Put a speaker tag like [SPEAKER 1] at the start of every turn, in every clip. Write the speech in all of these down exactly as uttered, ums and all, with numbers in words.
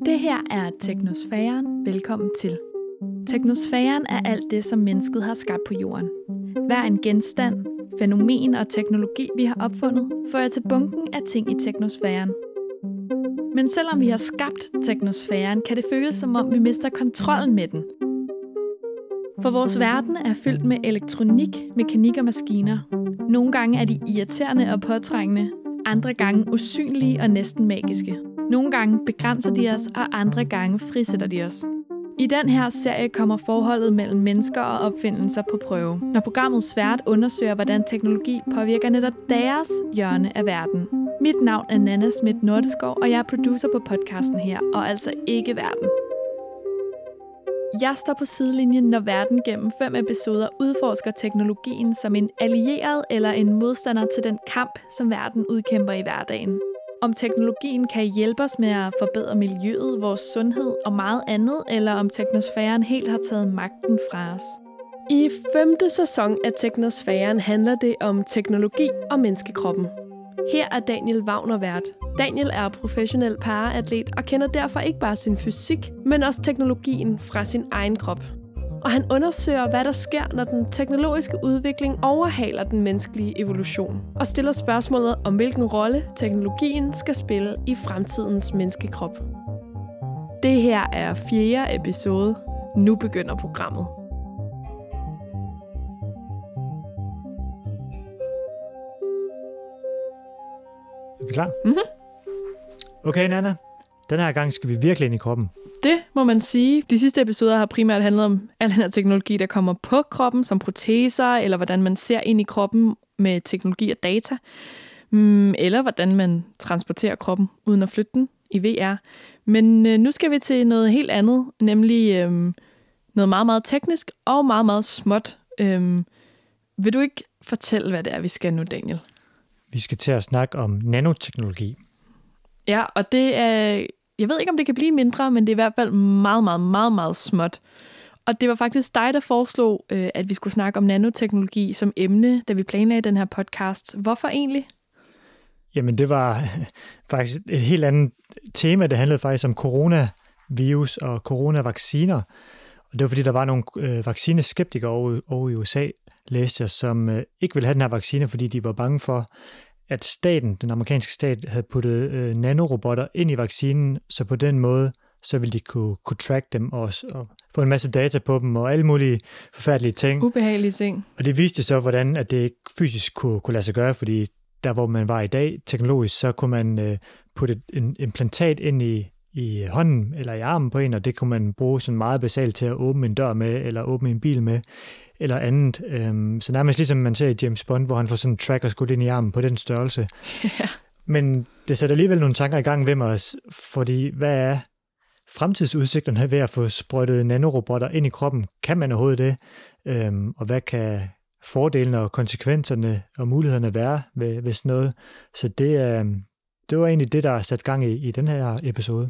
[SPEAKER 1] Det her er Teknosfæren. Velkommen til. Teknosfæren er alt det, som mennesket har skabt på jorden. Hver en genstand, fænomen og teknologi, vi har opfundet, fører til bunken af ting i teknosfæren. Men selvom vi har skabt teknosfæren, kan det føles som om, vi mister kontrollen med den. For vores verden er fyldt med elektronik, mekanik og maskiner. Nogle gange er de irriterende og påtrængende, andre gange usynlige og næsten magiske. Nogle gange begrænser de os, og andre gange frisætter de os. I den her serie kommer forholdet mellem mennesker og opfindelser på prøve, når programmet Svært undersøger, hvordan teknologi påvirker netop deres hjørne af verden. Mit navn er Nanna Schmidt Nordeskov, og jeg er producer på podcasten her, og altså ikke verden. Jeg står på sidelinjen, når verden gennem fem episoder udforsker teknologien som en allieret eller en modstander til den kamp, som verden udkæmper i hverdagen. Om teknologien kan hjælpe os med at forbedre miljøet, vores sundhed og meget andet, eller om teknosfæren helt har taget magten fra os. I femte sæson af Teknosfæren handler det om teknologi og menneskekroppen. Her er Daniel Wagner vært. Daniel er professionel paraatlet og kender derfor ikke bare sin fysik, men også teknologien fra sin egen krop. Og han undersøger, hvad der sker, når den teknologiske udvikling overhaler den menneskelige evolution, og stiller spørgsmålet om, hvilken rolle teknologien skal spille i fremtidens menneskekrop. Det her er fjerde episode. Nu begynder programmet.
[SPEAKER 2] Er vi klar?
[SPEAKER 1] Mhm.
[SPEAKER 2] Okay, Nanna. Den her gang skal vi virkelig ind i kroppen.
[SPEAKER 1] Det må man sige. De sidste episoder har primært handlet om al den her teknologi, der kommer på kroppen, som proteser, eller hvordan man ser ind i kroppen med teknologi og data, eller hvordan man transporterer kroppen uden at flytte den i V R. Men øh, nu skal vi til noget helt andet, nemlig øh, noget meget, meget teknisk og meget, meget småt. Øh, vil du ikke fortælle, hvad det er, vi skal nu, Daniel?
[SPEAKER 2] Vi skal til at snakke om nanoteknologi.
[SPEAKER 1] Ja, og det er... Jeg ved ikke, om det kan blive mindre, men det er i hvert fald meget, meget, meget, meget småt. Og det var faktisk dig, der foreslog, at vi skulle snakke om nanoteknologi som emne, da vi planlagde den her podcast. Hvorfor egentlig?
[SPEAKER 2] Jamen, det var faktisk et helt andet tema. Det handlede faktisk om coronavirus og coronavacciner. Og det var, fordi der var nogle øh, vaccineskeptikere over, over i U S A, læste jeg, som øh, ikke ville have den her vaccine, fordi de var bange for, at staten, den amerikanske stat, havde puttet øh, nanorobotter ind i vaccinen, så på den måde, så ville de kunne, kunne track dem og, og få en masse data på dem og alle mulige forfærdelige ting.
[SPEAKER 1] Ubehagelige ting.
[SPEAKER 2] Og det viste så, hvordan at det ikke fysisk kunne, kunne lade sig gøre, fordi der, hvor man var i dag teknologisk, så kunne man øh, putte et en implantat ind i, i hånden eller i armen på en, og det kunne man bruge sådan meget basalt til at åbne en dør med, eller åbne en bil med, eller andet. Øhm, så nærmest ligesom man ser i James Bond, hvor han får sådan en tracker skudt ind i armen på den størrelse.
[SPEAKER 1] Ja.
[SPEAKER 2] Men det sætter alligevel nogle tanker i gang ved mig, fordi hvad er fremtidsudsigterne ved at få sprøjtet nanorobotter ind i kroppen? Kan man overhovedet det? Øhm, og hvad kan fordelene og konsekvenserne og mulighederne være ved, ved sådan noget? Så det, øh, det var egentlig det, der er sat gang i, i den her episode.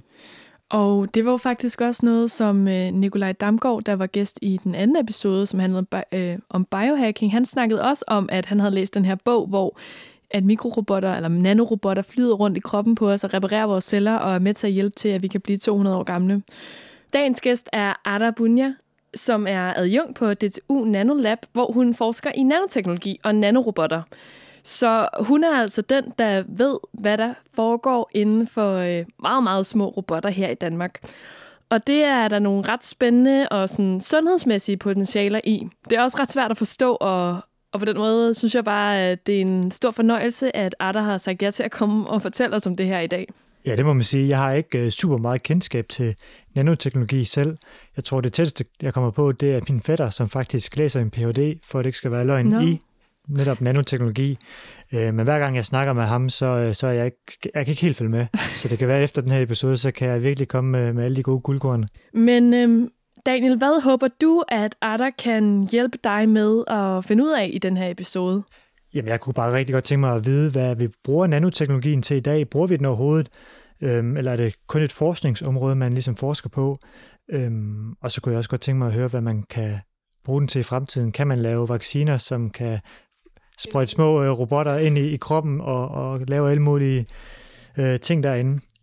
[SPEAKER 1] Og det var jo faktisk også noget, som øh, Nikolaj Damgaard, der var gæst i den anden episode, som handlede om, øh, om biohacking, han snakkede også om, at han havde læst den her bog, hvor at mikrorobotter eller nanorobotter flyder rundt i kroppen på os og reparerer vores celler og er med til at hjælpe til, at vi kan blive to hundrede år gamle. Dagens gæst er Ada Bunya, som er adjunkt på D T U Nanolab, hvor hun forsker i nanoteknologi og nanorobotter. Så hun er altså den, der ved, hvad der foregår inden for øh, meget, meget små robotter her i Danmark. Og det er der nogle ret spændende og sådan sundhedsmæssige potentialer i. Det er også ret svært at forstå, og, og på den måde synes jeg bare, at det er en stor fornøjelse, at Ada har sagt ja til at komme og fortælle os om det her i dag.
[SPEAKER 2] Ja, det må man sige. Jeg har ikke uh, super meget kendskab til nanoteknologi selv. Jeg tror, det tætteste, jeg kommer på, det er min fætter, som faktisk læser en P H D, for at det ikke skal være løgn no. i netop nanoteknologi. Øh, men hver gang jeg snakker med ham, så, så er jeg ikke, jeg kan ikke helt følge med. Så det kan være efter den her episode, så kan jeg virkelig komme med, med alle de gode guldkorn.
[SPEAKER 1] Men øhm, Daniel, hvad håber du, at Ada kan hjælpe dig med at finde ud af i den her episode?
[SPEAKER 2] Jamen, jeg kunne bare rigtig godt tænke mig at vide, hvad vi bruger nanoteknologien til i dag. Bruger vi den overhovedet? Øhm, eller er det kun et forskningsområde, man ligesom forsker på? Øhm, og så kunne jeg også godt tænke mig at høre, hvad man kan bruge den til i fremtiden. Kan man lave vacciner, som kan sprøjte små øh, robotter ind i, i kroppen og, og lave alle mulige øh, ting derinde?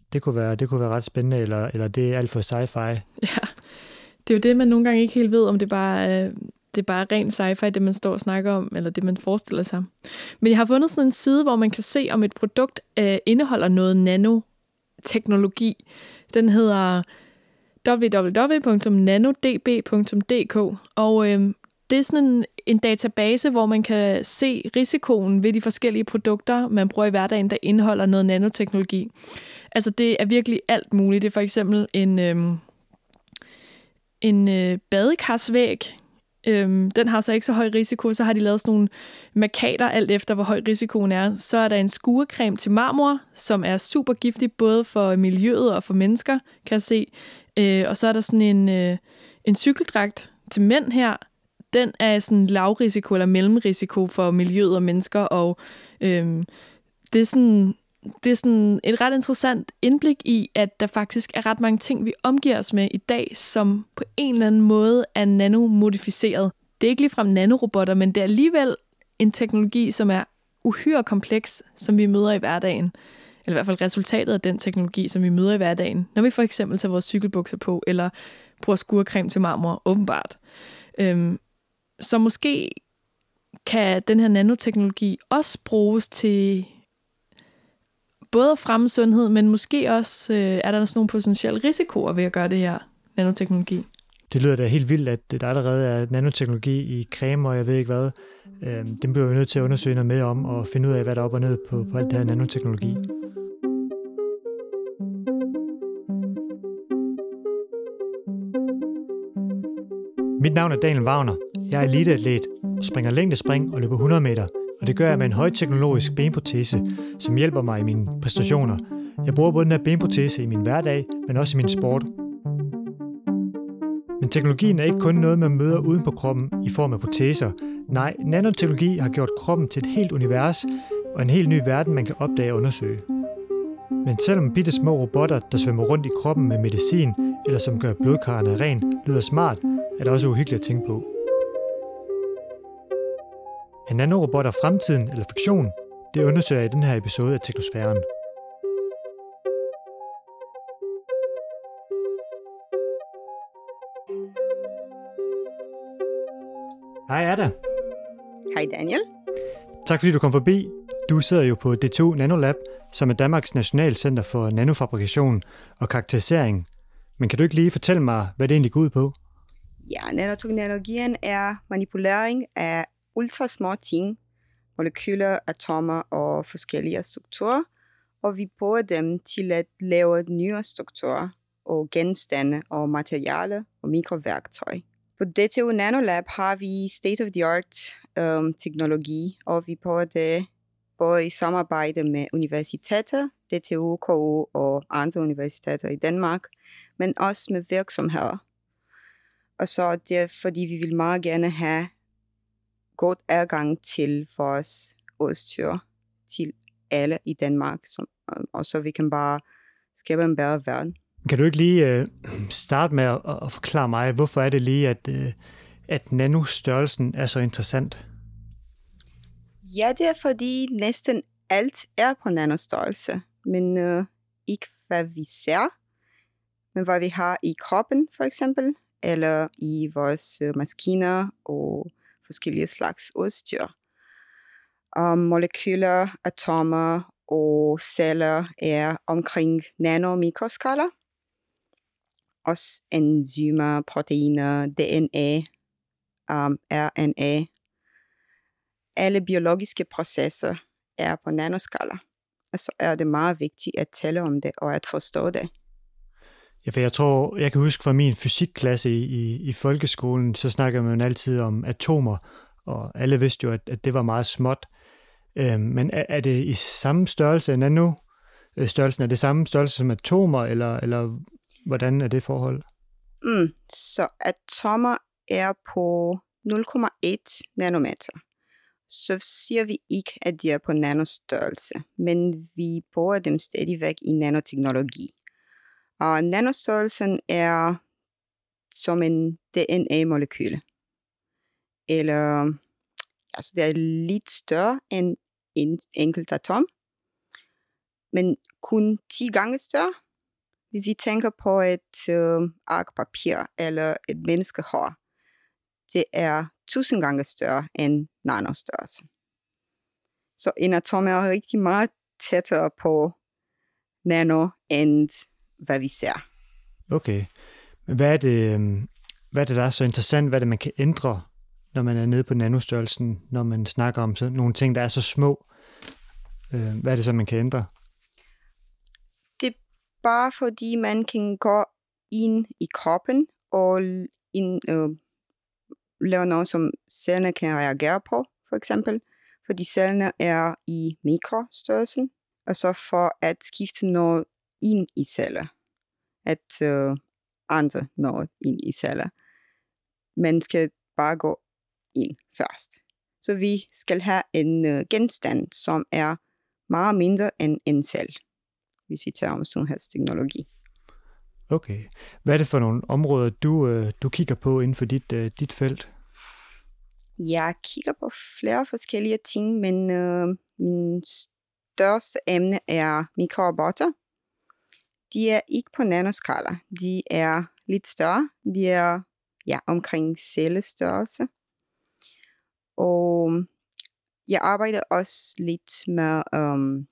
[SPEAKER 2] det kunne være, det kunne være ret spændende, eller, eller det er alt for sci-fi.
[SPEAKER 1] Ja, det er jo det, man nogle gange ikke helt ved, om det bare er, det er bare rent sci-fi, det man står og snakker om, eller det man forestiller sig. Men jeg har fundet sådan en side, hvor man kan se, om et produkt øh, indeholder noget nanoteknologi. Den hedder w w w punktum nanodb punktum d k, og øh, det er sådan en, en database, hvor man kan se risikoen ved de forskellige produkter, man bruger i hverdagen, der indeholder noget nanoteknologi. Altså det er virkelig alt muligt. Det er for eksempel en, øhm, en øh, badekarsvæg. Øhm, den har så ikke så høj risiko. Så har de lavet sådan nogle markader alt efter, hvor høj risikoen er. Så er der en skurecreme til marmor, som er super giftig både for miljøet og for mennesker, kan jeg se. Øh, og så er der sådan en, øh, en cykeldragt til mænd her. Den er sådan lavrisiko eller mellemrisiko for miljøet og mennesker, og øhm, det er sådan... Det er sådan et ret interessant indblik i, at der faktisk er ret mange ting, vi omgiver os med i dag, som på en eller anden måde er nanomodificeret. Det er ikke ligefrem nanorobotter, men det er alligevel en teknologi, som er uhyre kompleks, som vi møder i hverdagen. Eller i hvert fald resultatet af den teknologi, som vi møder i hverdagen, når vi for eksempel tager vores cykelbukser på, eller bruger skurcreme til marmor, åbenbart. Øhm, så måske kan den her nanoteknologi også bruges til både at fremme sundhed, men måske også øh, er der sådan nogle potentielle risikoer ved at gøre det her nanoteknologi.
[SPEAKER 2] Det lyder da helt vildt, at der allerede er nanoteknologi i creme, og jeg ved ikke hvad. Øhm, det bliver vi nødt til at undersøge noget mere om, og finde ud af, hvad der er op og ned på, på alt det her nanoteknologi. Mit navn er Daniel Wagner. Jeg er eliteatlet, springer længdespring og løber hundrede meter. Og det gør jeg med en højteknologisk benprotese, som hjælper mig i mine præstationer. Jeg bruger både den her benprotese i min hverdag, men også i min sport. Men teknologien er ikke kun noget, man møder uden på kroppen i form af proteser. Nej, nanoteknologi har gjort kroppen til et helt univers og en helt ny verden, man kan opdage og undersøge. Men selvom bitte små robotter, der svømmer rundt i kroppen med medicin, eller som gør blodkarrene ren, lyder smart, er det også uhyggeligt at tænke på. Er nanorobotter fremtiden eller fiktion? Det undersøger jeg i den her episode af Teknosfæren. Hej Ada.
[SPEAKER 3] Hej Daniel.
[SPEAKER 2] Tak fordi du kom forbi. Du sidder jo på D T U Nanolab, som er Danmarks Nationalcenter for Nanofabrikation og Karakterisering. Men kan du ikke lige fortælle mig, hvad det egentlig går ud på?
[SPEAKER 3] Ja, nanoteknologien er manipulering af ultrasmå ting, molekyler, atomer og forskellige strukturer, og vi bruger dem til at lave nye strukturer og genstande og materialer og mikroværktøj. På D T U Nanolab har vi state-of-the-art um, teknologi, og vi bruger det både i samarbejde med universiteter, D T U, K U og andre universiteter i Danmark, men også med virksomheder. Og så det er fordi, vi vil meget gerne have god adgang til vores udstyr til alle i Danmark, som, og så vi kan bare skabe en bedre verden.
[SPEAKER 2] Kan du ikke lige uh, starte med at, at forklare mig, hvorfor er det lige, at, uh, at nanostørrelsen er så interessant?
[SPEAKER 3] Ja, det er fordi næsten alt er på nanostørrelse, men uh, ikke hvad vi ser, men hvad vi har i kroppen for eksempel, eller i vores uh, maskiner og forskellige slags udstyr. Um, molekyler, atomer og celler er omkring nanomikroskala. Også enzymer, proteiner, D N A, um, R N A. Alle biologiske processer er på nanoskala. Og så er det meget vigtigt at tale om det og at forstå det.
[SPEAKER 2] Ja, for jeg tror, jeg kan huske fra min fysikklasse i, i, i folkeskolen, så snakker man altid om atomer, og alle vidste jo, at, at det var meget småt. Øhm, men er, er det i samme størrelse, nano-størrelsen, er det samme størrelse som atomer, eller, eller hvordan er det forhold?
[SPEAKER 3] Mm, så atomer er på nul komma et nanometer. Så siger vi ikke, at de er på nanostørrelse, men vi bruger dem stadigvæk i nanoteknologi. Og nanostørrelsen er som en D N A-molekyle. Eller, altså det er lidt større end en enkelt atom. men kun ti gange større. Hvis vi tænker på et øh, ark papir eller et menneskehår, det er tusind gange større end nanostørrelse. Så en atom er rigtig meget tættere på nano, end hvad vi ser.
[SPEAKER 2] Okay. Men hvad er det, hvad er det, der er så interessant? Hvad er det, man kan ændre, når man er nede på nanostørrelsen, når man snakker om sådan nogle ting, der er så små? Hvad er det så, man kan ændre?
[SPEAKER 3] Det er bare fordi, man kan gå ind i kroppen og ind, øh, lave noget, som cellerne kan reagere på, for eksempel. Fordi cellerne er i mikrostørrelsen, og så for at skifte noget ind i celler. At øh, andre noget ind i celler. Man skal bare gå ind først. Så vi skal have en øh, genstand, som er meget mindre end en cell, hvis vi tager om sundhedsteknologi.
[SPEAKER 2] Okay. Hvad er det for nogle områder, du, øh, du kigger på inden for dit, øh, dit felt?
[SPEAKER 3] Jeg kigger på flere forskellige ting, men øh, min største emne er mikrorobotter. De er ikke på nanoskala. De er lidt større. De er ja, omkring cellestørrelse. Og jeg arbejder også lidt med um,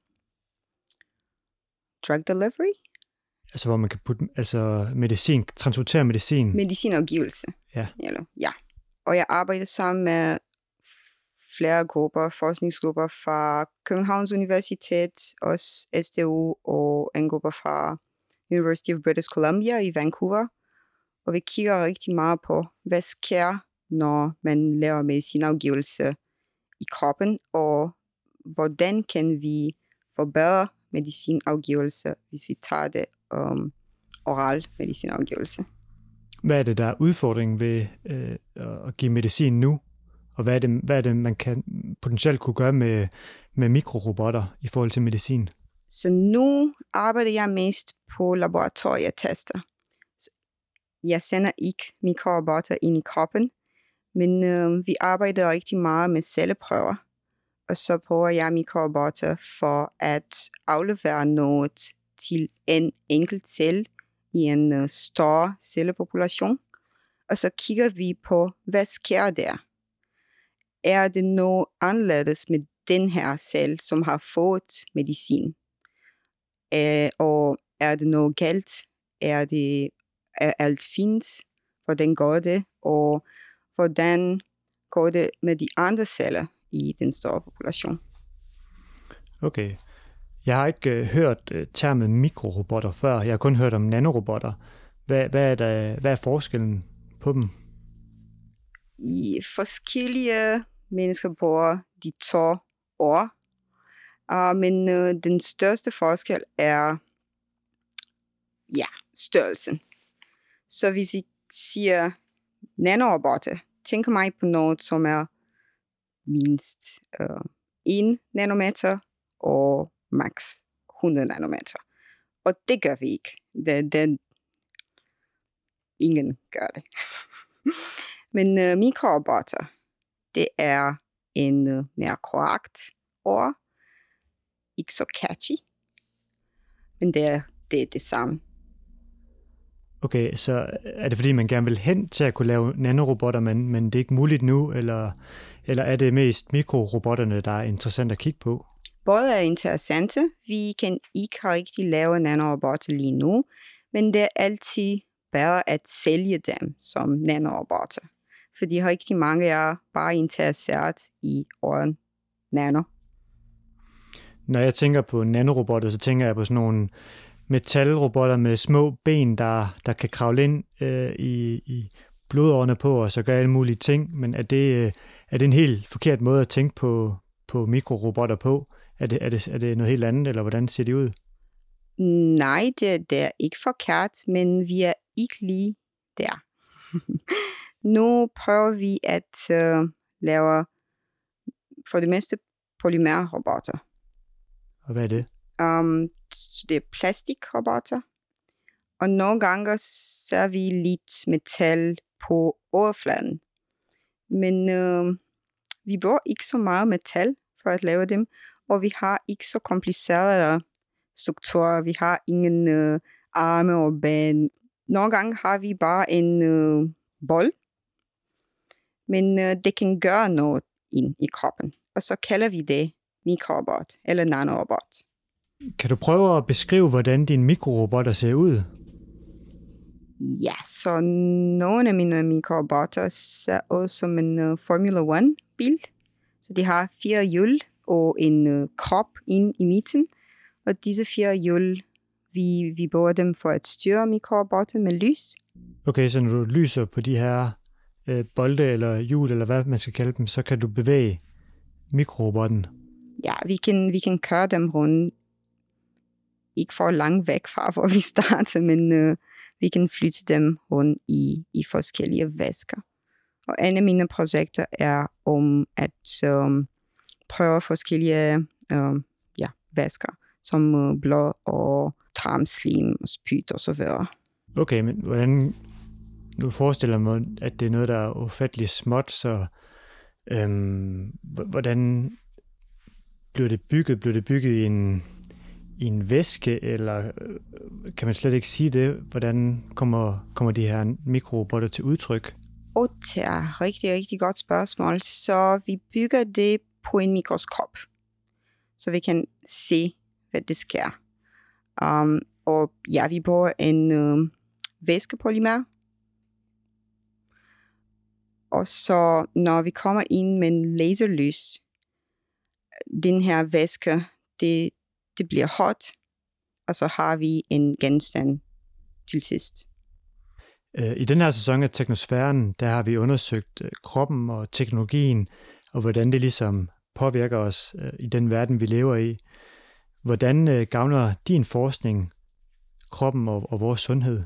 [SPEAKER 3] drug delivery.
[SPEAKER 2] Altså hvor man kan putte altså medicin, transportere medicin.
[SPEAKER 3] Medicinafgivelse.
[SPEAKER 2] Ja.
[SPEAKER 3] Eller, ja. Og jeg arbejder sammen med flere grupper, forskningsgrupper fra Københavns Universitet, også S D U og en gruppe fra University of British Columbia i Vancouver. Og vi kigger rigtig meget på, hvad sker, når man laver medicinafgivelse i kroppen, og hvordan kan vi forbedre medicinafgivelse, hvis vi tager det um, oral medicinafgivelse.
[SPEAKER 2] Hvad er det, der er udfordringen ved øh, at give medicin nu? Og hvad er, det, hvad er det, man kan potentielt kunne gøre med, med mikrorobotter i forhold til medicin?
[SPEAKER 3] Så nu arbejder jeg mest på laboratorietester. Jeg sender ikke mikrorobotter ind i kroppen, men øh, vi arbejder rigtig meget med celleprøver. Og så bruger jeg mikrorobotter for at aflevere noget til en enkelt celle i en øh, stor cellepopulation. Og så kigger vi på, hvad sker der? Er det noget anderledes med den her celle, som har fået medicin? Øh, og er det noget galt? Er det er alt fint? Hvordan går det? Og hvordan går det med de andre celler i den store population?
[SPEAKER 2] Okay. Jeg har ikke uh, hørt uh, termet mikrorobotter før. Jeg har kun hørt om nanorobotter. Hvad, hvad, er, der, hvad er forskellen på dem?
[SPEAKER 3] I forskellige mennesker bruger de to ord. Uh, men uh, den største forskel er ja, størrelsen. Så hvis vi siger nanorobotter, tænker mig på noget, som er mindst uh, en nanometer og max hundrede nanometer. Og det gør vi ikke. Det, det, ingen gør det. Men uh, mikrorobotter, det er en uh, mere korrekt ord. Ikke så catchy. Men det er det, er det samme.
[SPEAKER 2] Okay, så er det fordi, man gerne vil hen til at kunne lave nanorobotter, men, men det er ikke muligt nu, eller, eller er det mest mikrorobotterne, der er interessant at kigge på?
[SPEAKER 3] Både er interessante. Vi kan ikke rigtig lave nanorobotter lige nu, men det er altid bedre at sælge dem som nanorobotter. Fordi rigtig mange er bare interesseret i ordet nano.
[SPEAKER 2] Når jeg tænker på nanorobotter, så tænker jeg på sådan nogle metalrobotter med små ben, der, der kan kravle ind øh, i, i blodårene på og så gøre alle mulige ting. Men er det, øh, er det en helt forkert måde at tænke på, på mikrorobotter på? Er det, er, det, er det noget helt andet, eller hvordan ser det ud?
[SPEAKER 3] Nej, det, det er ikke forkert, men vi er ikke lige der. Nu prøver vi at uh, lave for det meste polymerrobotter.
[SPEAKER 2] Og hvad er det?
[SPEAKER 3] Um, det er plastikrobotter. Og nogle gange ser vi lidt metal på overfladen. Men uh, vi bruger ikke så meget metal for at lave dem, og vi har ikke så komplicerede strukturer. Vi har ingen øh, arme og ben. Nogle gange har vi bare en øh, bold, men øh, det kan gøre noget ind i kroppen. Og så kalder vi det mikrorobot eller nanorobot.
[SPEAKER 2] Kan du prøve at beskrive, hvordan dine mikrorobotter ser ud?
[SPEAKER 3] Ja, så nogle af mine mikrorobotter ser ud som en uh, Formula et-bil. Så de har fire hjul og en uh, krop ind i midten. Og disse fire hjul, vi, vi bruger dem for at styre mikrorobotten med lys.
[SPEAKER 2] Okay, så når du lyser på de her øh, bolde eller hjul, eller hvad man skal kalde dem, så kan du bevæge mikrorobotten?
[SPEAKER 3] Ja, vi kan, vi kan køre dem rundt. Ikke for langt væk fra, hvor vi starter, men øh, vi kan flytte dem rundt i, i forskellige væsker. Og en af mine projekter er om at øh, prøve forskellige øh, ja, væsker, som øh, blod og tarmslim og spyt og så videre.
[SPEAKER 2] Okay, men hvordan... Nu forestiller mig, at det er noget, der er ufatteligt småt, så øhm, hvordan blev det bygget? Blev det bygget i en, i en væske, eller kan man slet ikke sige det? Hvordan kommer, kommer de her mikrorobotter til udtryk?
[SPEAKER 3] Og det er et rigtig, rigtig godt spørgsmål. Så vi bygger det på en mikroskop, så vi kan se, hvad det sker. Um, og ja, vi bruger en øh, væskepolymer. Og så når vi kommer ind med en laserlys, den her væske, det, det bliver hot, og så har vi en genstand til sidst.
[SPEAKER 2] I den her sæson af Teknosfæren, der har vi undersøgt kroppen og teknologien, og hvordan det ligesom påvirker os i den verden, vi lever i. Hvordan gavner din forskning kroppen og, og vores sundhed?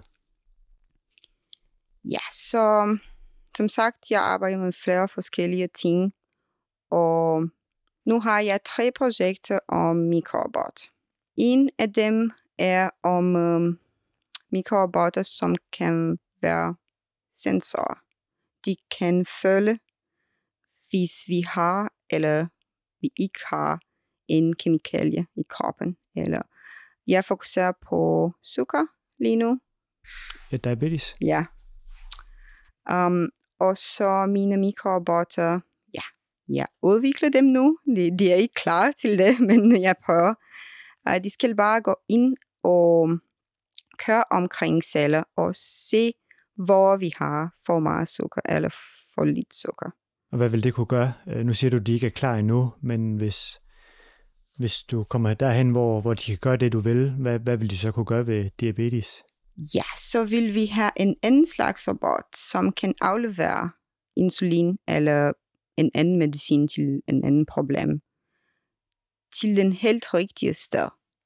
[SPEAKER 3] Ja, så som sagt, jeg arbejder med flere forskellige ting, og nu har jeg tre projekter om mikrorobot. En af dem er om um, mikrorobotter, som kan være sensorer. De kan føle, hvis vi har eller vi ikke har en kemikalie i kroppen. Eller jeg fokuserer på sukker lige nu.
[SPEAKER 2] Ja, diabetes.
[SPEAKER 3] Ja. Um, og så mine mikrorobotter, ja, jeg udvikler dem nu. De, de er ikke klar til det, men jeg prøver. Uh, de skal bare gå ind og køre omkring celler og se, hvor vi har for meget sukker eller for lidt sukker.
[SPEAKER 2] Og hvad vil det kunne gøre? Nu siger du, at de ikke er klar endnu, men hvis, hvis du kommer derhen, hvor, hvor de kan gøre det, du vil, hvad, hvad vil de så kunne gøre ved diabetes?
[SPEAKER 3] Ja, så vil vi have en anden slags robot, som kan aflevere insulin eller en anden medicin til en anden problem til den helt rigtige sted.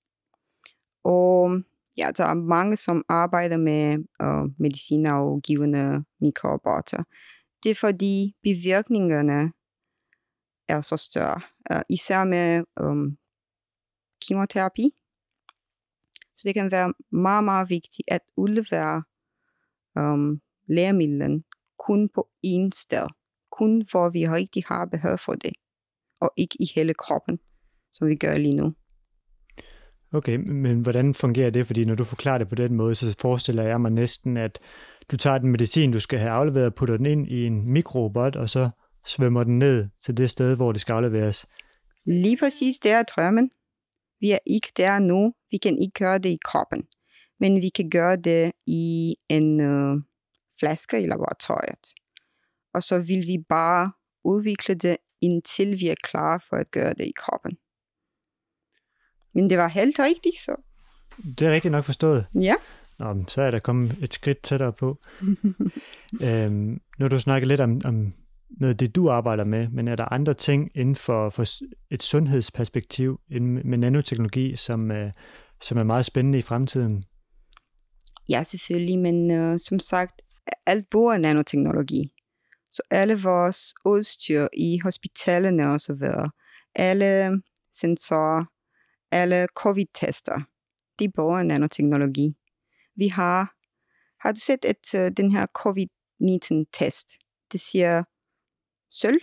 [SPEAKER 3] Og ja, der er mange, som arbejder med uh, mediciner og givende mikrorobotter. Det er fordi bivirkningerne er så større, uh, især med um, kemoterapi. Så det kan være meget, meget vigtigt at udlevere um, lægemidlen kun på én sted. Kun hvor vi rigtig har behov for det. Og ikke i hele kroppen, som vi gør lige nu.
[SPEAKER 2] Okay, men hvordan fungerer det? Fordi når du forklarer det på den måde, så forestiller jeg mig næsten, at du tager den medicin, du skal have afleveret, putter den ind i en mikrorobot, og så svømmer den ned til det sted, hvor det skal afleveres.
[SPEAKER 3] Lige præcis, det er drømmen. Vi er ikke der nu. Vi kan ikke gøre det i kroppen. Men vi kan gøre det i en øh, flaske i laboratoriet. Og så vil vi bare udvikle det, indtil vi er klar for at gøre det i kroppen. Men det var helt rigtigt, så.
[SPEAKER 2] Det er rigtigt nok forstået.
[SPEAKER 3] Ja.
[SPEAKER 2] Nå, så er der kommet et skridt tættere på. øhm, nu har du snakket lidt om, om noget af det, du arbejder med, men er der andre ting inden for, for et sundhedsperspektiv med nanoteknologi, som, øh, som er meget spændende i fremtiden?
[SPEAKER 3] Ja, selvfølgelig, men øh, som sagt, alt bruger nanoteknologi. Så alle vores udstyr i hospitalerne og så videre, alle sensorer, alle covid-tester, de bruger nanoteknologi. Vi har, har du set et, uh, den her covid nitten-test? Det siger sølv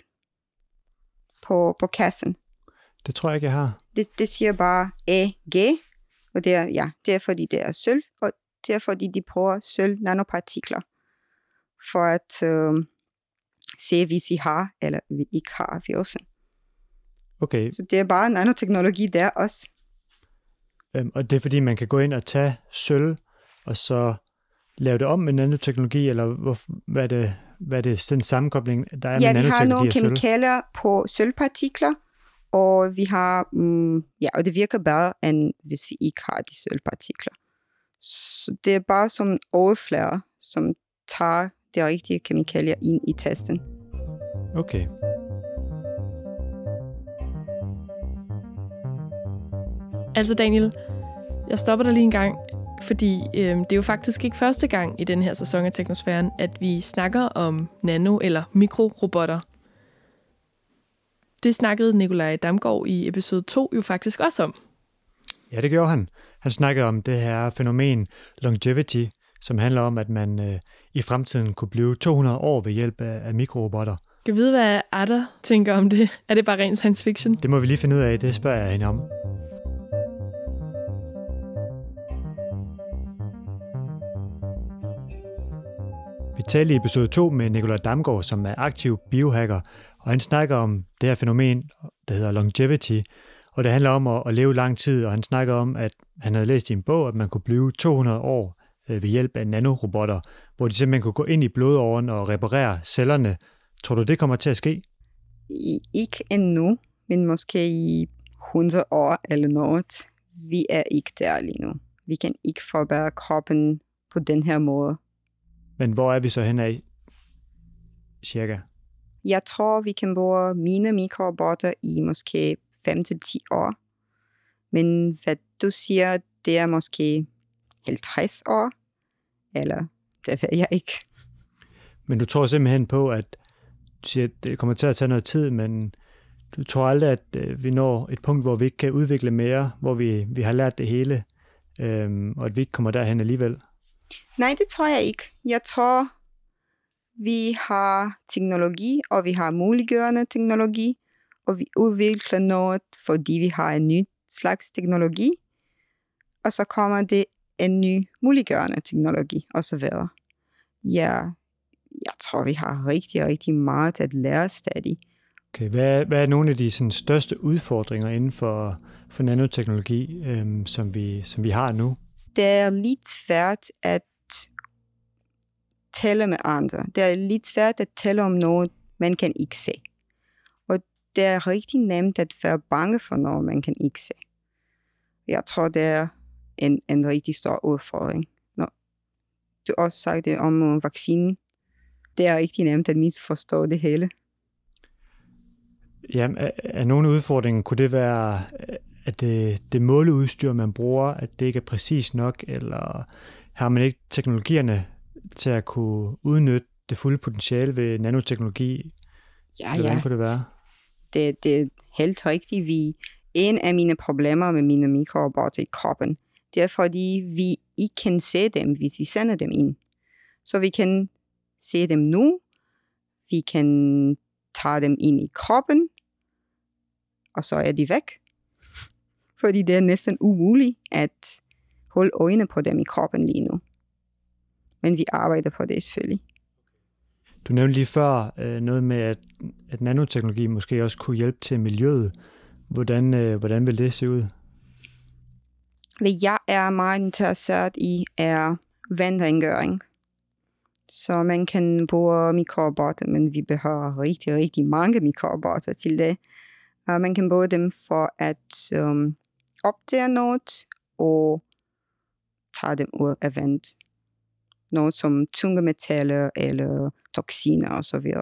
[SPEAKER 3] på, på kassen.
[SPEAKER 2] Det tror jeg ikke, jeg har.
[SPEAKER 3] Det, det siger bare A G, Og det er, ja, det er fordi det er sølv, og det er fordi de bruger sølv nanopartikler for at øh, se, hvis vi har eller vi ikke har virusen.
[SPEAKER 2] Okay.
[SPEAKER 3] Så det er bare nanoteknologi der også.
[SPEAKER 2] Øhm, og det er fordi, man kan gå ind og tage sølv, og så lave det om med nanoteknologi, eller hvor, hvad, er det, hvad er det den sammenkobling, der er
[SPEAKER 3] ja,
[SPEAKER 2] med nanoteknologi og sølv?
[SPEAKER 3] Ja, vi har nogle kemikalier på sølvpartikler, og vi har, mm, ja, og det virker bedre, end hvis vi ikke har de sølvpartikler. Så det er bare som en overflade, som tager de rigtige kemikalier ind i testen.
[SPEAKER 2] Okay.
[SPEAKER 1] Altså Daniel, jeg stopper dig lige en gang, fordi øh, det er jo faktisk ikke første gang i den her sæson af Teknosfæren, at vi snakker om nano- eller mikrorobotter. Det snakkede Nikolaj Damgaard i episode to jo faktisk også om.
[SPEAKER 2] Ja, det gjorde han. Han snakkede om det her fænomen longevity, som handler om, at man øh, i fremtiden kunne blive to hundrede år ved hjælp af, af mikrorobotter.
[SPEAKER 1] Kan du vide, hvad Ada tænker om det? Er det bare ren science fiction?
[SPEAKER 2] Det må vi lige finde ud af. Det spørger jeg hende om. Vi talte i episode to med Nikolaj Damgaard, som er aktiv biohacker, og han snakker om det her fænomen, der hedder longevity, og det handler om at, at leve lang tid, og han snakker om, at han havde læst i en bog, at man kunne blive to hundrede år ved hjælp af nanorobotter, hvor de simpelthen kunne gå ind i blodåren og reparere cellerne. Tror du, det kommer til at ske?
[SPEAKER 3] I, ikke endnu, men måske i hundrede år eller noget. Vi er ikke der lige nu. Vi kan ikke forbedre kroppen på den her måde.
[SPEAKER 2] Men hvor er vi så henad cirka?
[SPEAKER 3] Jeg tror, vi kan bruge mine mikrorobotter i måske fem til ti år. Men hvad du siger, det er måske halvtreds år, eller det ved jeg ikke.
[SPEAKER 2] Men du tror simpelthen på, at du siger, at det kommer til at tage noget tid, men du tror aldrig, at vi når et punkt, hvor vi ikke kan udvikle mere, hvor vi, vi har lært det hele, øhm, og at vi ikke kommer derhen alligevel?
[SPEAKER 3] Nej, det tror jeg ikke. Jeg tror, vi har teknologi, og vi har muliggørende teknologi, og vi udvikler noget, fordi vi har en ny slags teknologi, og så kommer det en ny muliggørende teknologi, og så videre. Ja, jeg tror, vi har rigtig, rigtig meget at lære stadig.
[SPEAKER 2] Okay, hvad, hvad er nogle af de sådan, største udfordringer inden for, for nanoteknologi, øhm, som, vi, som vi har nu?
[SPEAKER 3] Det er lidt svært at tale med andre. Det er lidt svært at tale om noget, man kan ikke se. Og det er rigtig nemt at være bange for noget, man kan ikke se. Jeg tror, det er en, en rigtig stor udfordring. Nå, du også sagde det om uh, vaccinen. Det er rigtig nemt at misforstå det hele.
[SPEAKER 2] Ja, er, er nogle udfordringer, kunne det være, at det, det måleudstyr, man bruger, at det ikke er præcis nok, eller har man ikke teknologierne til at kunne udnytte det fulde potentiale ved nanoteknologi?
[SPEAKER 3] Ja,
[SPEAKER 2] Hvordan
[SPEAKER 3] ja.
[SPEAKER 2] kunne det være?
[SPEAKER 3] Det, det er helt rigtigt. Vi, en af mine problemer med mine mikrorobotter i kroppen, det er fordi, vi ikke kan se dem, hvis vi sender dem ind. Så vi kan se dem nu, vi kan tage dem ind i kroppen, og så er de væk. Fordi det er næsten umuligt at holde øjne på dem i kroppen lige nu. Men vi arbejder på det selvfølgelig.
[SPEAKER 2] Du nævnte lige før øh, noget med, at, at nanoteknologi måske også kunne hjælpe til miljøet. Hvordan, øh, hvordan vil det se ud?
[SPEAKER 3] Hvad jeg er meget interesseret i, er vandrengøring. Så man kan bruge mikrorobotter, men vi behøver rigtig, rigtig mange mikrorobotter til det. Uh, man kan bruge dem for at um, opdage noget og tage dem ud af vandet. Noget som tunge metaller eller toksiner osv.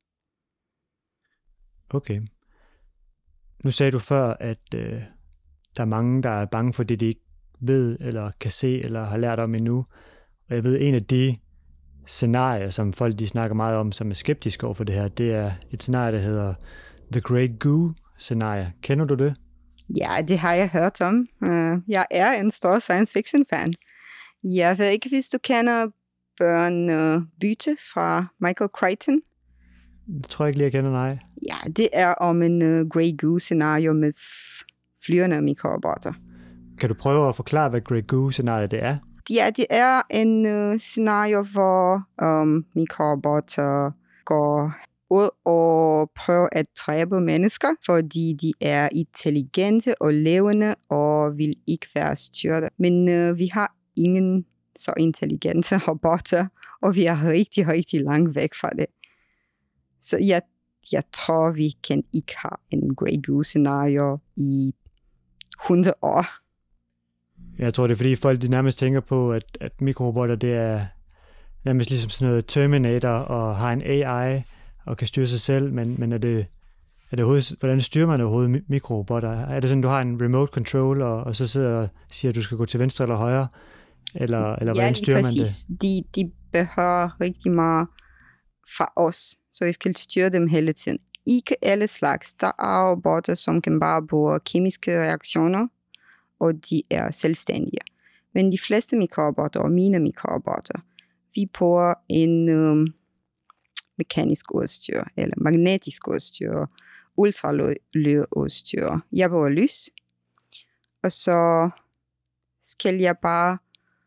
[SPEAKER 2] Okay. Nu sagde du før, at øh, der er mange, der er bange for det, de ikke ved, eller kan se, eller har lært om endnu. Og jeg ved, en af de scenarier, som folk de snakker meget om, som er skeptiske over for det her, det er et scenarie, der hedder The Great Goo-scenarie. Kender du det?
[SPEAKER 3] Ja, det har jeg hørt om. Uh, jeg er en stor science fiction fan. Jeg ved ikke, hvis du kender Børn uh, Bytte fra Michael Crichton.
[SPEAKER 2] Jeg tror ikke lige, jeg kender, nej.
[SPEAKER 3] Ja, det er om en uh, Grey Goo-scenario med f- flyvende mikrorobotter.
[SPEAKER 2] Kan du prøve at forklare, hvad Grey Goo-scenariet det er?
[SPEAKER 3] Ja, det er en uh, scenario, hvor um, mikrorobotter går ud og prøver at dræbe mennesker, fordi de er intelligente og levende og vil ikke være styret. Men uh, vi har ingen så intelligente robotter, og vi er rigtig, rigtig langt væk fra det. Så jeg, jeg tror, vi kan ikke have en Grey Goo-scenario i hundrede år.
[SPEAKER 2] Jeg tror, det er fordi folk de nærmest tænker på, at, at mikrorobotter det er nærmest ligesom sådan noget Terminator og har en A I og kan styre sig selv, men, men er det, er det hvordan styrer man overhovedet mikrorobotter? Er det sådan, du har en remote control, og, og så sidder og siger, at du skal gå til venstre eller højre? Eller, eller hvordan
[SPEAKER 3] ja,
[SPEAKER 2] styrer
[SPEAKER 3] præcis.
[SPEAKER 2] man det?
[SPEAKER 3] De, de behøver rigtig meget fra os, så vi skal styre dem hele tiden. Ikke alle slags. Der er robotter, som kan bare bruge kemiske reaktioner, og de er selvstændige. Men de fleste mikrorobotter, og mine mikrorobotter, vi bruger en um, mekanisk udstyr, eller magnetisk udstyr, ultralydudstyr. Jeg bruger lys, og så skal jeg bare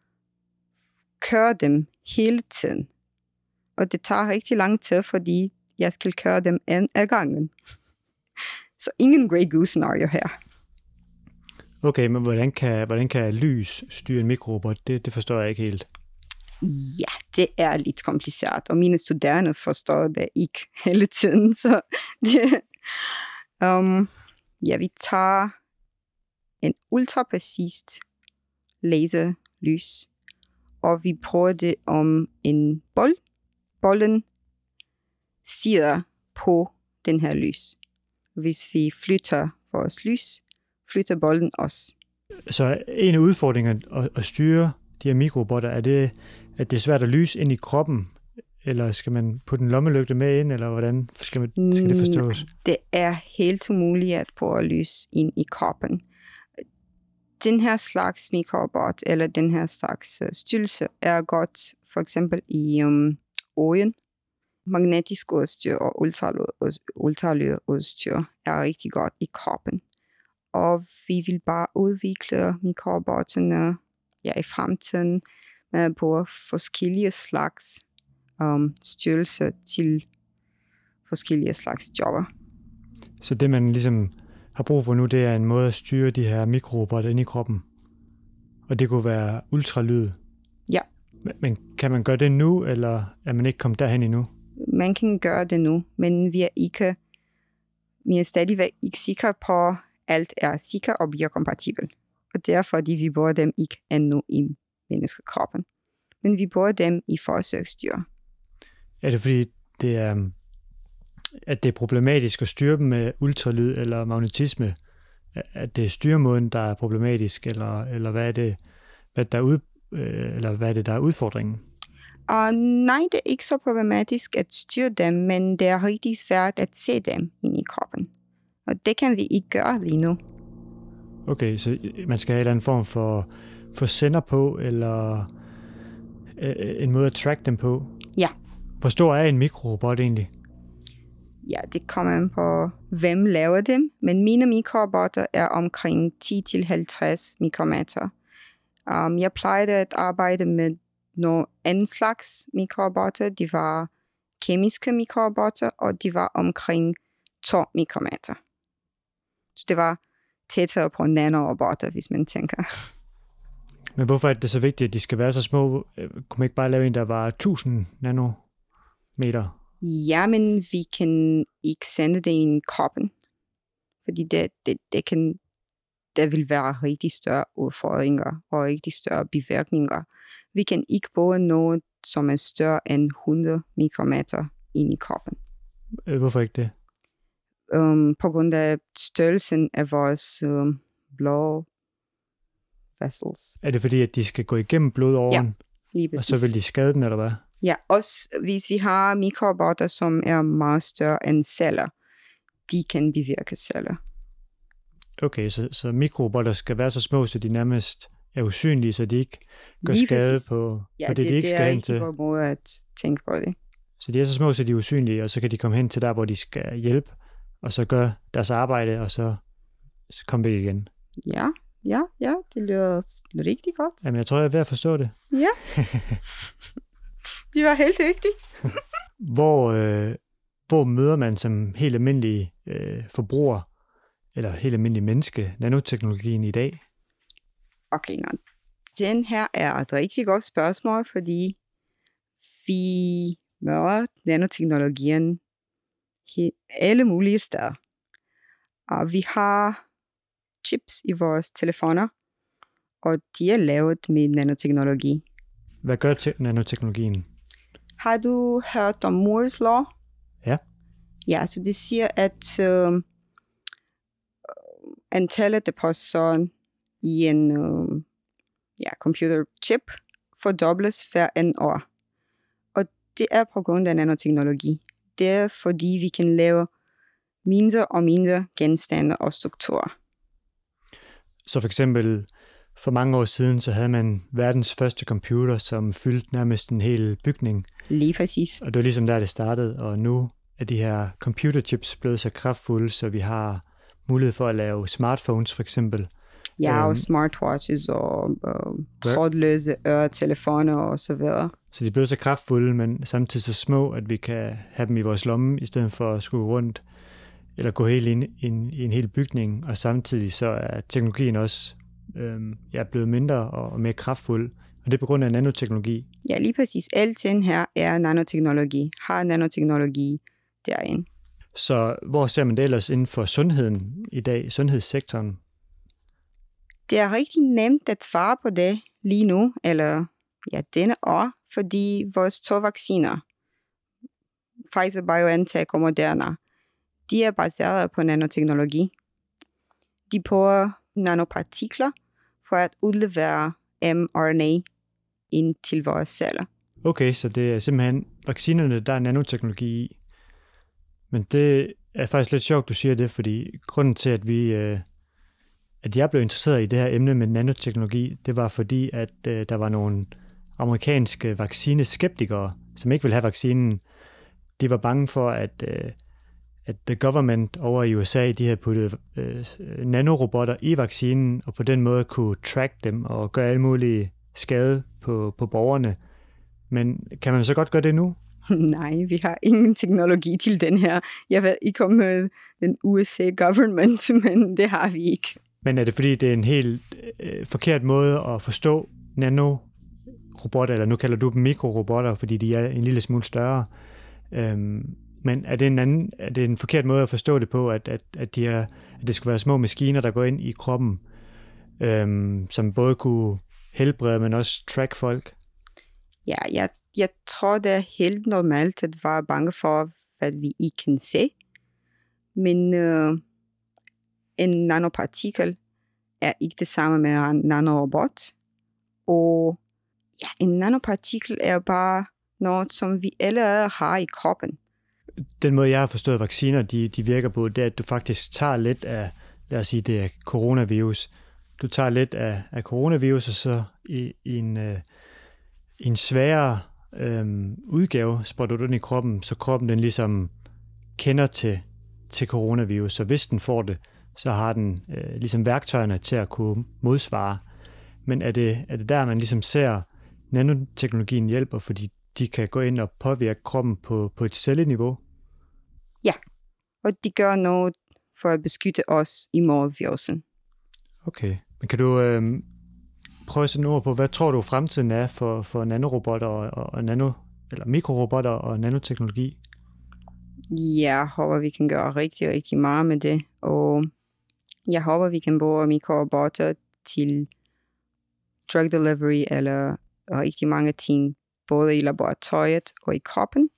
[SPEAKER 3] køre dem hele tiden. Og det tager rigtig lang tid, fordi jeg skal køre dem en af gangen. Så ingen Grey Goo-scenario her.
[SPEAKER 2] Okay, men hvordan kan, hvordan kan lys styre en mikrorobot? Det, det forstår jeg ikke helt.
[SPEAKER 3] Ja, det er lidt kompliceret, og mine studerende forstår det ikke hele tiden. Så det, um, ja, vi tager en ultrapræcist laserlys, og vi bruger det om en bold. Bolden sidder på den her lys. Hvis vi flytter vores lys, flytter bolden også.
[SPEAKER 2] Så en af udfordringerne at, at styre de her mikrorobotter, er det, at det er svært at lyse ind i kroppen, eller skal man putte en lommelygte med ind, eller hvordan skal, man, skal det forstås?
[SPEAKER 3] Det er helt umuligt at prøve at lyse ind i kroppen. Den her slags mikrorobot, eller den her slags styrelse, er godt for eksempel i um, øjen. Magnetisk udstyr og ultralydudstyr er rigtig godt i kroppen. Og vi vil bare udvikle mikrorobotterne ja, i fremtiden med at bruge forskellige slags um, styrelse til forskellige slags jobber.
[SPEAKER 2] Så det, man ligesom har brug for nu, det er en måde at styre de her mikrorobotter ind i kroppen. Og det kunne være ultralyd.
[SPEAKER 3] Ja.
[SPEAKER 2] Men kan man gøre det nu, eller er man ikke kommet derhen endnu?
[SPEAKER 3] Man kan gøre det nu, men vi er ikke, vi er stadigvæk ikke sikre på, at alt er sikker og biokompatibel. Og det er fordi, vi bruger dem ikke endnu i menneskekroppen. Men vi bruger dem i forsøgsdyr.
[SPEAKER 2] Er det fordi, det er, at det er problematisk at styre dem med ultralyd eller magnetisme? At det er styremåden, der er problematisk, eller, eller hvad er det, hvad der er ud, eller hvad er det, der er udfordringen?
[SPEAKER 3] Uh, nej, det er ikke så problematisk at styre dem, men det er rigtig svært at se dem ind i kroppen. Og det kan vi ikke gøre lige nu.
[SPEAKER 2] Okay, så man skal have en eller anden form for, for sender på, eller en måde at track dem på?
[SPEAKER 3] Ja.
[SPEAKER 2] Hvor stor er en mikrorobot egentlig?
[SPEAKER 3] Ja, det kommer an på, hvem laver dem. Men mine mikrorobotter er omkring ti til halvtreds mikrometer. Um, jeg plejede at arbejde med nogle anden slags mikrorobotter. De var kemiske mikrorobotter, og de var omkring to mikrometer. Så det var tættere på nanorobotter, hvis man tænker.
[SPEAKER 2] Men hvorfor er det så vigtigt, at de skal være så små? Kunne man ikke bare lave en, der var tusind nanometer?
[SPEAKER 3] Ja, men vi kan ikke sende det i kroppen. Fordi det, det, det kan, der vil være rigtig større udfordringer og rigtig større bivirkninger. Vi kan ikke bruge noget, som er større end hundrede mikrometer ind i kroppen.
[SPEAKER 2] Hvorfor ikke det?
[SPEAKER 3] Um, på grund af størrelsen af vores um, blod vessels.
[SPEAKER 2] Er det fordi, at de skal gå igennem blodåren?
[SPEAKER 3] Ja, lige præcis.
[SPEAKER 2] Og så vil de skade den, eller hvad?
[SPEAKER 3] Ja, også hvis vi har mikrorobotter, som er meget større end celler, de kan bevirke celler.
[SPEAKER 2] Okay, så, så mikrorobotter skal være så små, så de nærmest er usynlige, så de ikke gør
[SPEAKER 3] lige
[SPEAKER 2] skade
[SPEAKER 3] præcis.
[SPEAKER 2] på,
[SPEAKER 3] ja,
[SPEAKER 2] på det,
[SPEAKER 3] det,
[SPEAKER 2] de ikke
[SPEAKER 3] det
[SPEAKER 2] skal hen til.
[SPEAKER 3] Ja, det er en måde at tænke på det.
[SPEAKER 2] Så de er så små, så de er usynlige, og så kan de komme hen til der, hvor de skal hjælpe, og så gøre deres arbejde, og så, så komme væk igen.
[SPEAKER 3] Ja, ja, ja, det lyder rigtig godt.
[SPEAKER 2] Jamen, jeg tror, jeg er ved at forstå det.
[SPEAKER 3] Ja, det var helt rigtigt.
[SPEAKER 2] Hvor, øh, hvor møder man som helt almindelig øh, forbruger, eller helt almindelig menneske, nanoteknologien i dag?
[SPEAKER 3] Okay, nå. Den her er et rigtig godt spørgsmål, fordi vi møder nanoteknologien alle mulige steder. Og vi har chips i vores telefoner, og de er lavet med nanoteknologi.
[SPEAKER 2] Hvad gør te- nanoteknologien?
[SPEAKER 3] Har du hørt om Moore's Law?
[SPEAKER 2] Ja.
[SPEAKER 3] Ja, så det siger, at øh, antallet af processoren i en øh, ja, computerchip fordobles hver en år. Og det er på grund af nanoteknologi. Det er fordi, vi kan lave mindre og mindre genstande og strukturer.
[SPEAKER 2] Så for eksempel, for mange år siden, så havde man verdens første computer, som fyldte nærmest en hel bygning.
[SPEAKER 3] Lige præcis.
[SPEAKER 2] Og det var ligesom der, det startede. Og nu er de her computerchips blevet så kraftfulde, så vi har mulighed for at lave smartphones for eksempel.
[SPEAKER 3] Ja, og
[SPEAKER 2] øhm,
[SPEAKER 3] smartwatches og øh, trådløse øretelefoner og så videre.
[SPEAKER 2] Så de er blevet så kraftfulde, men samtidig så små, at vi kan have dem i vores lomme, i stedet for at skulle rundt eller gå helt ind i en, i en hel bygning. Og samtidig så er teknologien også øhm, ja, blevet mindre og mere kraftfuld. Og det er på grund af nanoteknologi.
[SPEAKER 3] Ja, lige præcis. Alting her er nanoteknologi. Har nanoteknologi derinde.
[SPEAKER 2] Så hvor ser man det ellers inden for sundheden i dag, sundhedssektoren?
[SPEAKER 3] Det er rigtig nemt at svare på det lige nu, eller ja, denne år, fordi vores to vacciner, Pfizer, BioNTech og Moderna, de er baseret på nanoteknologi. De bruger nanopartikler for at udlevere mRNA ind til vores celler.
[SPEAKER 2] Okay, så det er simpelthen vaccinerne, der er nanoteknologi i. Men det er faktisk lidt sjovt, du siger det, fordi grunden til, at vi... Øh, at jeg blev interesseret i det her emne med nanoteknologi, det var fordi, at øh, der var nogle amerikanske vaccineskeptikere, som ikke ville have vaccinen. De var bange for, at, øh, at the government over i U S A, de havde puttet øh, nanorobotter i vaccinen, og på den måde kunne track dem og gøre alle mulige skade på, på borgerne. Men kan man så godt gøre det nu?
[SPEAKER 3] Nej, vi har ingen teknologi til den her. Jeg ved ikke om øh, den U S A government, men det har vi ikke.
[SPEAKER 2] Men er det fordi, det er en helt øh, forkert måde at forstå nanorobotter, eller nu kalder du dem mikrorobotter, fordi de er en lille smule større. Øhm, men er det, en anden, er det en forkert måde at forstå det på, at, at, at, de er, at det skulle være små maskiner, der går ind i kroppen, øhm, som både kunne helbrede, men også track folk?
[SPEAKER 3] Ja, jeg, jeg tror, det er helt normalt at være bange for, hvad vi ikke kan se. Men... Øh En nanopartikel er ikke det samme med en nanorobot. Og ja, en nanopartikel er bare noget, som vi allerede har i kroppen.
[SPEAKER 2] Den måde, jeg har forstået vacciner, de, de virker på, det er, at du faktisk tager lidt af, lad os sige, det er coronavirus. Du tager lidt af, af coronavirus, og så i, i en, øh, en sværere øh, udgave sprøjter du den i kroppen, så kroppen den ligesom kender til, til coronavirus. Så hvis den får det, så har den øh, ligesom værktøjerne til at kunne modsvare. Men er det, er det der, man ligesom ser, nanoteknologien hjælper, fordi de kan gå ind og påvirke kroppen på, på et celleniveau?
[SPEAKER 3] Ja, og de gør noget for at beskytte os imod virusen.
[SPEAKER 2] Okay, men kan du øh, prøve at sætte ord på, hvad tror du fremtiden er for, for nanorobotter og, og nano, eller mikrorobotter og nanoteknologi?
[SPEAKER 3] Jeg håber, vi kan gøre rigtig, rigtig meget med det, og jeg håber, vi kan bruge mikrorobotter til drug delivery eller rigtig mange ting, både i laboratoriet og i kroppen.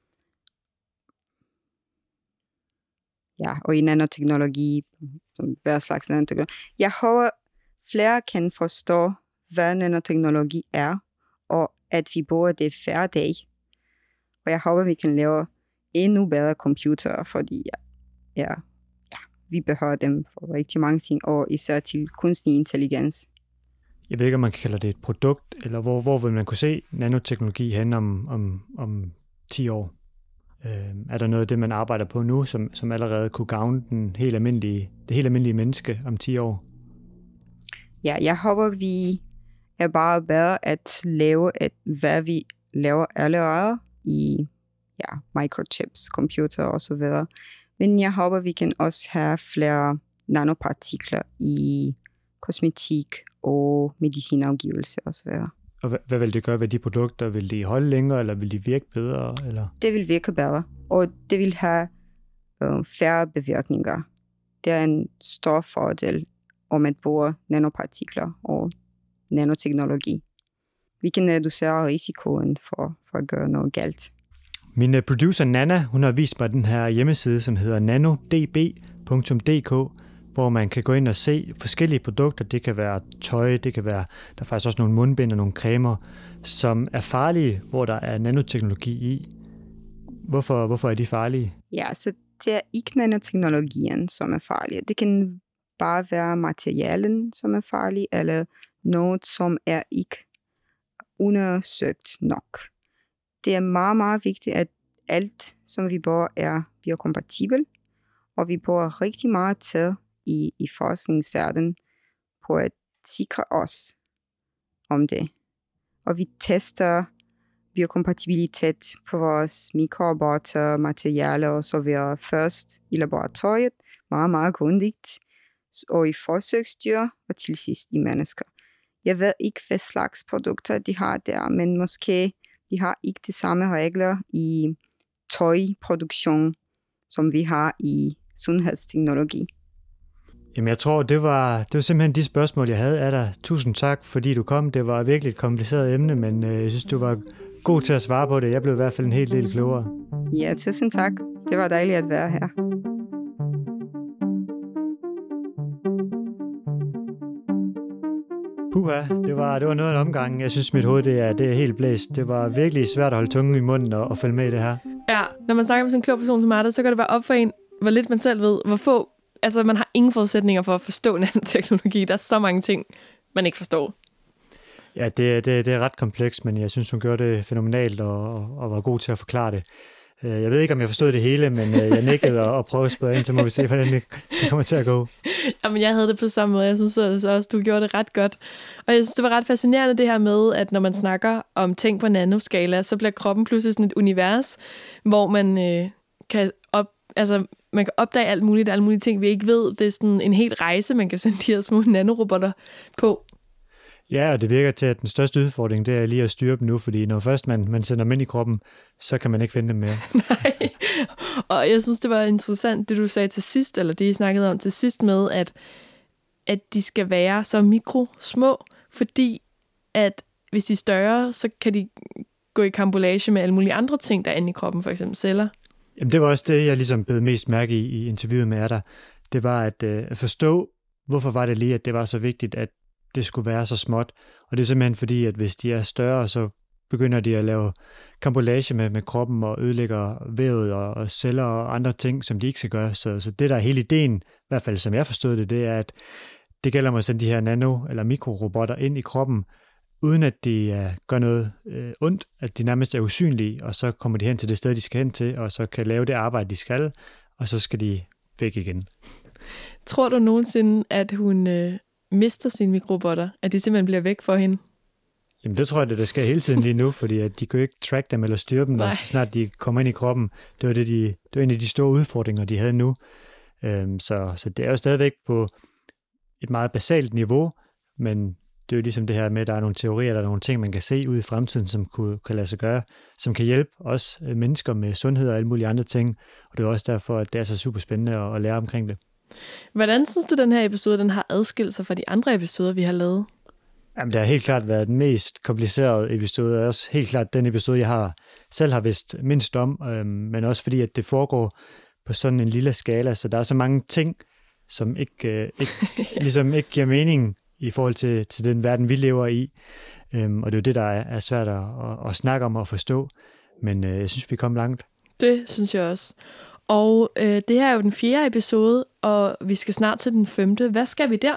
[SPEAKER 3] Ja, og i nanoteknologi, som hver slags nanoteknologi. Jeg håber, flere kan forstå, hvad nanoteknologi er, og at vi bruger det hver dag. Og jeg håber, vi kan lave endnu bedre computere, fordi ja, ja, ja, vi behøver dem for rigtig mange ting, og især til kunstig intelligens.
[SPEAKER 2] Jeg ved ikke, om man kan kalde det et produkt, eller hvor, hvor vil man kunne se nanoteknologi hen om, om, om ti år? Øh, er der noget af det, man arbejder på nu, som, som allerede kunne gavne den helt almindelige, det helt almindelige menneske om ti år?
[SPEAKER 3] Ja, jeg håber, vi er bare bedre at lave, et, hvad vi laver allerede i ja, microchips, computer og så videre. Men jeg håber, vi kan også have flere nanopartikler i kosmetik og medicinafgivelse og så videre.
[SPEAKER 2] Og hvad, hvad vil det gøre ved de produkter? Vil de holde længere, eller vil de virke bedre? Eller?
[SPEAKER 3] Det vil virke bedre, og det vil have øh, færre bevirkninger. Det er en stor fordel, om at bruge nanopartikler og nanoteknologi. Vi kan reducere risikoen for, for at gøre noget galt.
[SPEAKER 2] Min producer Nana, hun har vist mig den her hjemmeside, som hedder nanodb punktum d k, hvor man kan gå ind og se forskellige produkter. Det kan være tøj, det kan være, der er faktisk også nogle mundbind og nogle cremer, som er farlige, hvor der er nanoteknologi i. Hvorfor, hvorfor er de farlige?
[SPEAKER 3] Ja, så det er ikke nanoteknologien, som er farlige. Det kan bare være materialen, som er farlige, eller noget, som er ikke undersøgt nok. Det er meget, meget vigtigt, at alt, som vi bruger, er biokompatibel, og vi bruger rigtig meget tid i, i forskningsverdenen på at sikre os om det. Og vi tester biokompatibilitet på vores mikrorobotter, materialer og så videre først i laboratoriet, meget, meget grundigt, og i forsøgsdyr og til sidst i mennesker. Jeg ved ikke, hvad slags produkter de har der, men måske de har ikke de samme regler i tøjproduktion, som vi har i sundhedsteknologi.
[SPEAKER 2] Jamen jeg tror, det var, det var simpelthen de spørgsmål, jeg havde af dig. Tusind tak, fordi du kom. Det var virkelig et kompliceret emne, men øh, jeg synes, du var god til at svare på det. Jeg blev i hvert fald en helt del klogere.
[SPEAKER 3] Ja, tusind tak. Det var dejligt at være her.
[SPEAKER 2] Puha, det var, det var noget af en omgang. Jeg synes, mit hoved det er, det er helt blæst. Det var virkelig svært at holde tungen i munden og, og følge med i det her.
[SPEAKER 1] Ja, når man snakker med sådan en klog person som Martha, så går det bare op for en, hvor lidt man selv ved, hvor få. Altså, man har ingen forudsætninger for at forstå nanoteknologi. Der er så mange ting, man ikke forstår.
[SPEAKER 2] Ja, det, det, det er ret komplekst, men jeg synes, hun gjorde det fænomenalt og, og var god til at forklare det. Jeg ved ikke, om jeg forstod det hele, men jeg nikkede og prøvede at spørge ind, så må vi se, hvordan det, det kommer til at gå. Jamen, jeg havde det på samme måde. Jeg synes også, du gjorde det ret godt. Og jeg synes, det var ret fascinerende det her med, at når man snakker om ting på nanoskala, så bliver kroppen pludselig sådan et univers, hvor man øh, kan op, altså, man kan opdage alt muligt, alle mulige ting, vi ikke ved. Det er sådan en hel rejse, man kan sende de her små nanorobotter på. Ja, og det virker til, at den største udfordring, det er lige at styre dem nu, fordi når først man, man sender dem ind i kroppen, så kan man ikke finde dem mere. Nej, og jeg synes, det var interessant, det du sagde til sidst, eller det I snakkede om til sidst med, at, at de skal være så mikrosmå, fordi at hvis de er større, så kan de gå i karambolage med alle mulige andre ting, der er inde i kroppen, for eksempel celler. Jamen, det var også det, jeg ligesom blev mest mærke i, i interviewet med dig. Det var at, øh, at forstå, hvorfor var det lige, at det var så vigtigt, at det skulle være så småt. Og det er simpelthen fordi, at hvis de er større, så begynder de at lave karambolage med, med kroppen og ødelægger vævet og, og celler og andre ting, som de ikke skal gøre. Så, så det, der er hele ideen, i hvert fald som jeg forstod det, det er, at det gælder om at sende de her nano- eller mikrorobotter ind i kroppen, uden at de uh, gør noget uh, ondt, at de nærmest er usynlige, og så kommer de hen til det sted, de skal hen til, og så kan lave det arbejde, de skal, og så skal de væk igen. Tror du nogensinde, at hun øh, mister sine mikrorobotter? At de simpelthen bliver væk for hende? Jamen det tror jeg, det der sker hele tiden lige nu, fordi at de kan jo ikke track dem eller styre dem, og så snart de kommer ind i kroppen. Det var, det, de, det var en af de store udfordringer, de havde nu. Øhm, så, så det er jo stadigvæk på et meget basalt niveau, men det er jo ligesom det her med, at der er nogle teorier, der er nogle ting, man kan se ud i fremtiden, som kunne, kan lade sig gøre, som kan hjælpe os mennesker med sundhed og alle mulige andre ting. Og det er også derfor, at det er så super spændende at, at lære omkring det. Hvordan synes du, den her episode den har adskilt sig fra de andre episoder, vi har lavet? Jamen, det har helt klart været den mest komplicerede episode, og også helt klart den episode, jeg har, selv har vidst mindst om, øhm, men også fordi, at det foregår på sådan en lille skala, så der er så mange ting, som ikke, øh, ikke, ligesom ikke giver mening i forhold til, til den verden, vi lever i. Øhm, og det er jo det, der er, er svært at, at, at snakke om og forstå, men øh, jeg synes, vi kom langt. Det synes jeg også. Og øh, det her er jo den fjerde episode, og vi skal snart til den femte. Hvad skal vi der?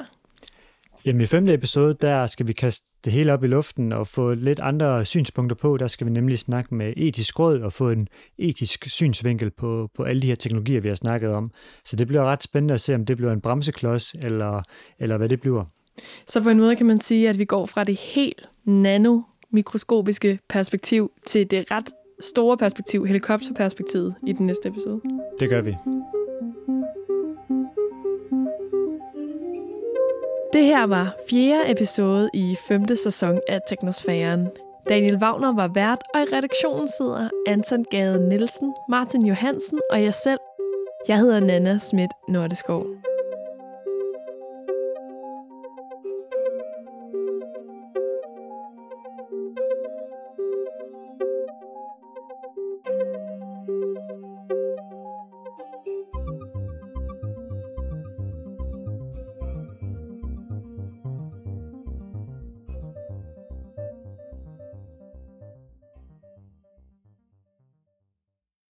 [SPEAKER 2] Jamen i femte episode, der skal vi kaste det hele op i luften og få lidt andre synspunkter på. Der skal vi nemlig snakke med etisk råd og få en etisk synsvinkel på, på alle de her teknologier, vi har snakket om. Så det bliver ret spændende at se, om det bliver en bremseklods, eller, eller hvad det bliver.
[SPEAKER 1] Så på en måde kan man sige, at vi går fra det helt nanomikroskopiske perspektiv til det ret store perspektiv, helikopterperspektivet, i den næste episode.
[SPEAKER 2] Det gør vi.
[SPEAKER 1] Det her var fjerde episode i femte sæson af Teknosfæren. Daniel Wagner var vært, og i redaktionen sidder Anton Gade Nielsen, Martin Johansen og jeg selv. Jeg hedder Nanna Schmidt Nordeskov.